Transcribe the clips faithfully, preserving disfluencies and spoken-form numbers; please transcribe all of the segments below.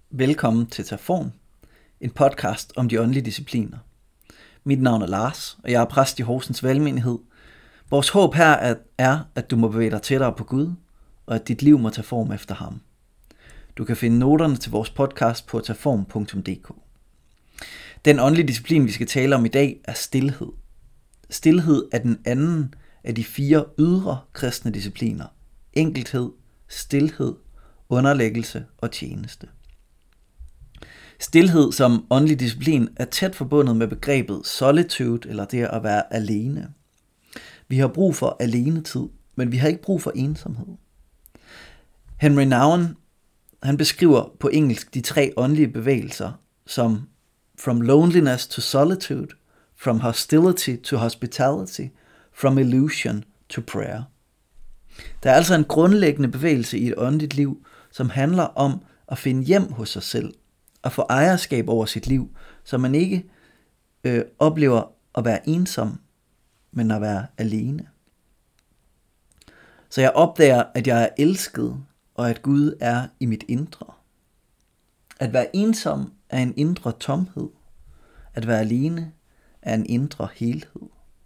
Velkommen til Terform, en podcast om de åndelige discipliner. Mit navn er Lars, og jeg er præst i Horsens Valgmenighed. Vores håb her er, er, at du må bevæge dig tættere på Gud, og at dit liv må tage form efter ham. Du kan finde noterne til vores podcast på terform punktum d k. Den åndelige disciplin, vi skal tale om i dag, er stilhed. Stilhed er den anden af de fire ydre kristne discipliner: enkelthed, stilhed, underlæggelse og tjeneste. Stilhed som åndelig disciplin er tæt forbundet med begrebet solitude, eller det at være alene. Vi har brug for alenetid, men vi har ikke brug for ensomhed. Henry Nouwen, han beskriver på engelsk de tre åndelige bevægelser som from loneliness to solitude, from hostility to hospitality, from illusion to prayer. Der er altså en grundlæggende bevægelse i et åndeligt liv, som handler om at finde hjem hos sig selv, at få ejerskab over sit liv, så man ikke øh, oplever at være ensom, men at være alene. Så jeg opdager, at jeg er elsket, og at Gud er i mit indre. At være ensom er en indre tomhed. At være alene er en indre helhed.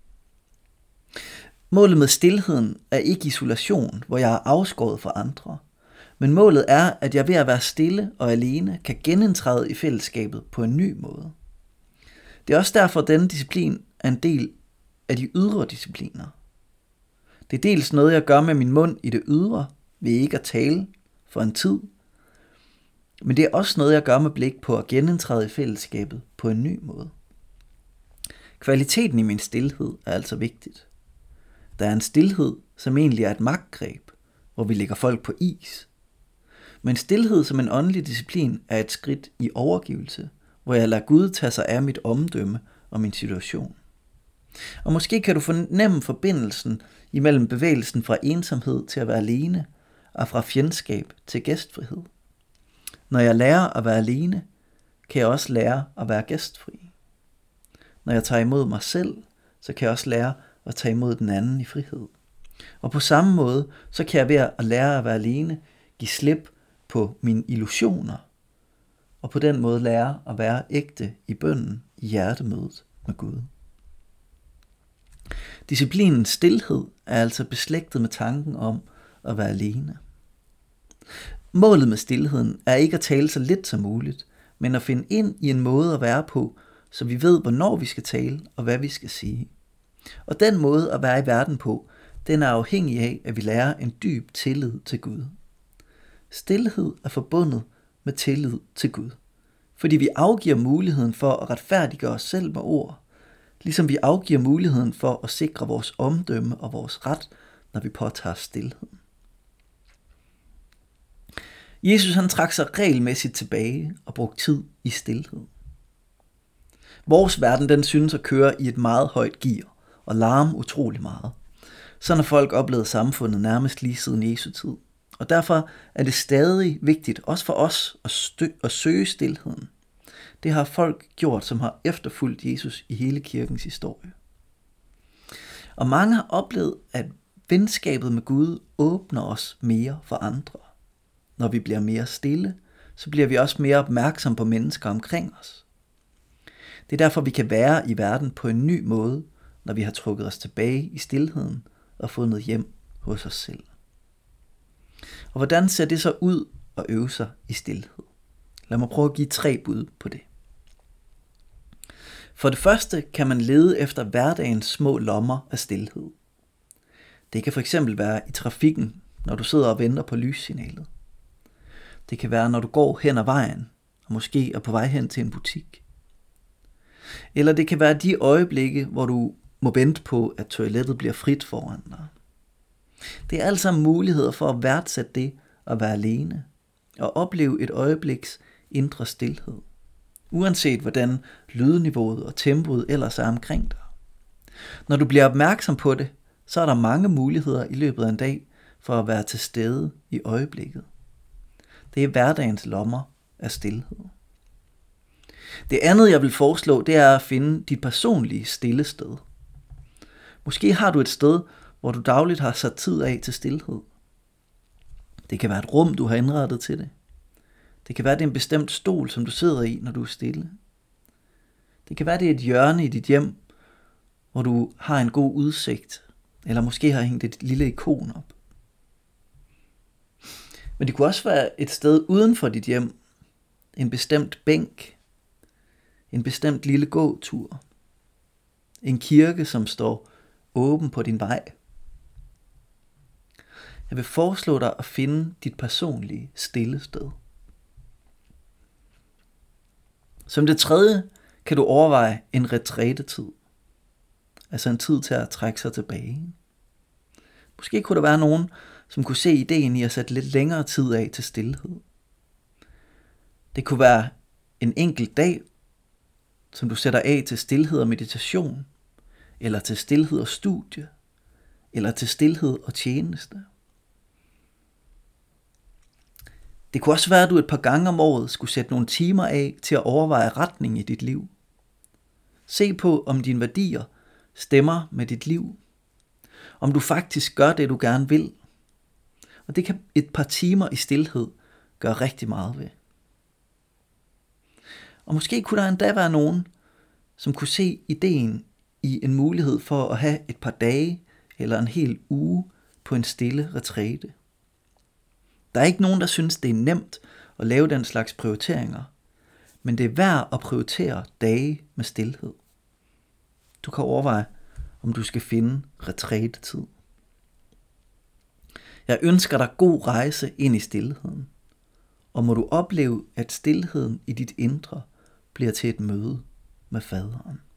Målet med stilheden er ikke isolation, hvor jeg er afskåret fra andre. Men målet er, at jeg ved at være stille og alene kan genindtræde i fællesskabet på en ny måde. Det er også derfor, at denne disciplin er en del af de ydre discipliner. Det er dels noget, jeg gør med min mund i det ydre, ved ikke at tale for en tid. Men det er også noget, jeg gør med blik på at genindtræde i fællesskabet på en ny måde. Kvaliteten i min stilhed er altså vigtigt. Der er en stilhed, som egentlig er et magtgreb, hvor vi lægger folk på is. Men stilhed som en åndelig disciplin er et skridt i overgivelse, hvor jeg lader Gud tage sig af mit omdømme og min situation. Og måske kan du fornemme forbindelsen imellem bevægelsen fra ensomhed til at være alene, og fra fjendskab til gæstfrihed. Når jeg lærer at være alene, kan jeg også lære at være gæstfri. Når jeg tager imod mig selv, så kan jeg også lære at tage imod den anden i frihed. Og på samme måde, så kan jeg ved at lære at være alene, give slip på mine illusioner, og på den måde lære at være ægte i bønnen, i hjertemødet med Gud. Disciplinens stilhed er altså beslægtet med tanken om at være alene. Målet med stilheden er ikke at tale så lidt som muligt, men at finde ind i en måde at være på, så vi ved, hvornår vi skal tale og hvad vi skal sige. Og den måde at være i verden på, den er afhængig af, at vi lærer en dyb tillid til Gud. Stilhed er forbundet med tillid til Gud, fordi vi afgiver muligheden for at retfærdiggøre os selv med ord, ligesom vi afgiver muligheden for at sikre vores omdømme og vores ret, når vi påtager stilheden. Jesus han trak sig regelmæssigt tilbage og brugte tid i stilhed. Vores verden den synes at køre i et meget højt gear og larme utrolig meget. Sådan har folk oplevet samfundet nærmest lige siden Jesu tid. Og derfor er det stadig vigtigt, også for os, at, stø- at søge stilheden. Det har folk gjort, som har efterfulgt Jesus i hele kirkens historie. Og mange har oplevet, at venskabet med Gud åbner os mere for andre. Når vi bliver mere stille, så bliver vi også mere opmærksomme på mennesker omkring os. Det er derfor, vi kan være i verden på en ny måde, når vi har trukket os tilbage i stilheden og fundet hjem hos os selv. Og hvordan ser det så ud at øve sig i stilhed? Lad mig prøve at give tre bud på det. For det første kan man lede efter hverdagens små lommer af stilhed. Det kan fx være i trafikken, når du sidder og venter på lyssignalet. Det kan være, når du går hen ad vejen, og måske er på vej hen til en butik. Eller det kan være de øjeblikke, hvor du må vente på, at toilettet bliver frit foran dig. Det er altså muligheder for at værdsætte det at være alene, og opleve et øjebliks indre stilhed, uanset hvordan lydniveauet og tempoet ellers er omkring dig. Når du bliver opmærksom på det, så er der mange muligheder i løbet af en dag for at være til stede i øjeblikket. Det er hverdagens lommer af stilhed. Det andet, jeg vil foreslå, det er at finde dit personlige stille sted. Måske har du et sted, hvor du dagligt har sat tid af til stilhed. Det kan være et rum, du har indrettet til det. Det kan være, det er en bestemt stol, som du sidder i, når du er stille. Det kan være, det er et hjørne i dit hjem, hvor du har en god udsigt, eller måske har hængt et lille ikon op. Men det kunne også være et sted uden for dit hjem, en bestemt bænk, en bestemt lille gåtur, en kirke, som står åben på din vej. Jeg vil foreslå dig at finde dit personlige stille sted. Som det tredje kan du overveje en retrætetid, altså en tid til at trække sig tilbage. Måske kunne der være nogen, som kunne se ideen i at sætte lidt længere tid af til stilhed. Det kunne være en enkelt dag, som du sætter af til stilhed og meditation, eller til stilhed og studie, eller til stilhed og tjeneste. Det kunne også være, at du et par gange om året skulle sætte nogle timer af til at overveje retning i dit liv. Se på, om dine værdier stemmer med dit liv. Om du faktisk gør det, du gerne vil. Og det kan et par timer i stilhed gøre rigtig meget ved. Og måske kunne der endda være nogen, som kunne se ideen i en mulighed for at have et par dage eller en hel uge på en stille retræte. Der er ikke nogen, der synes, det er nemt at lave den slags prioriteringer, men det er værd at prioritere dage med stilhed. Du kan overveje, om du skal finde retrætetid. Jeg ønsker dig god rejse ind i stilheden, og må du opleve, at stilheden i dit indre bliver til et møde med faderen.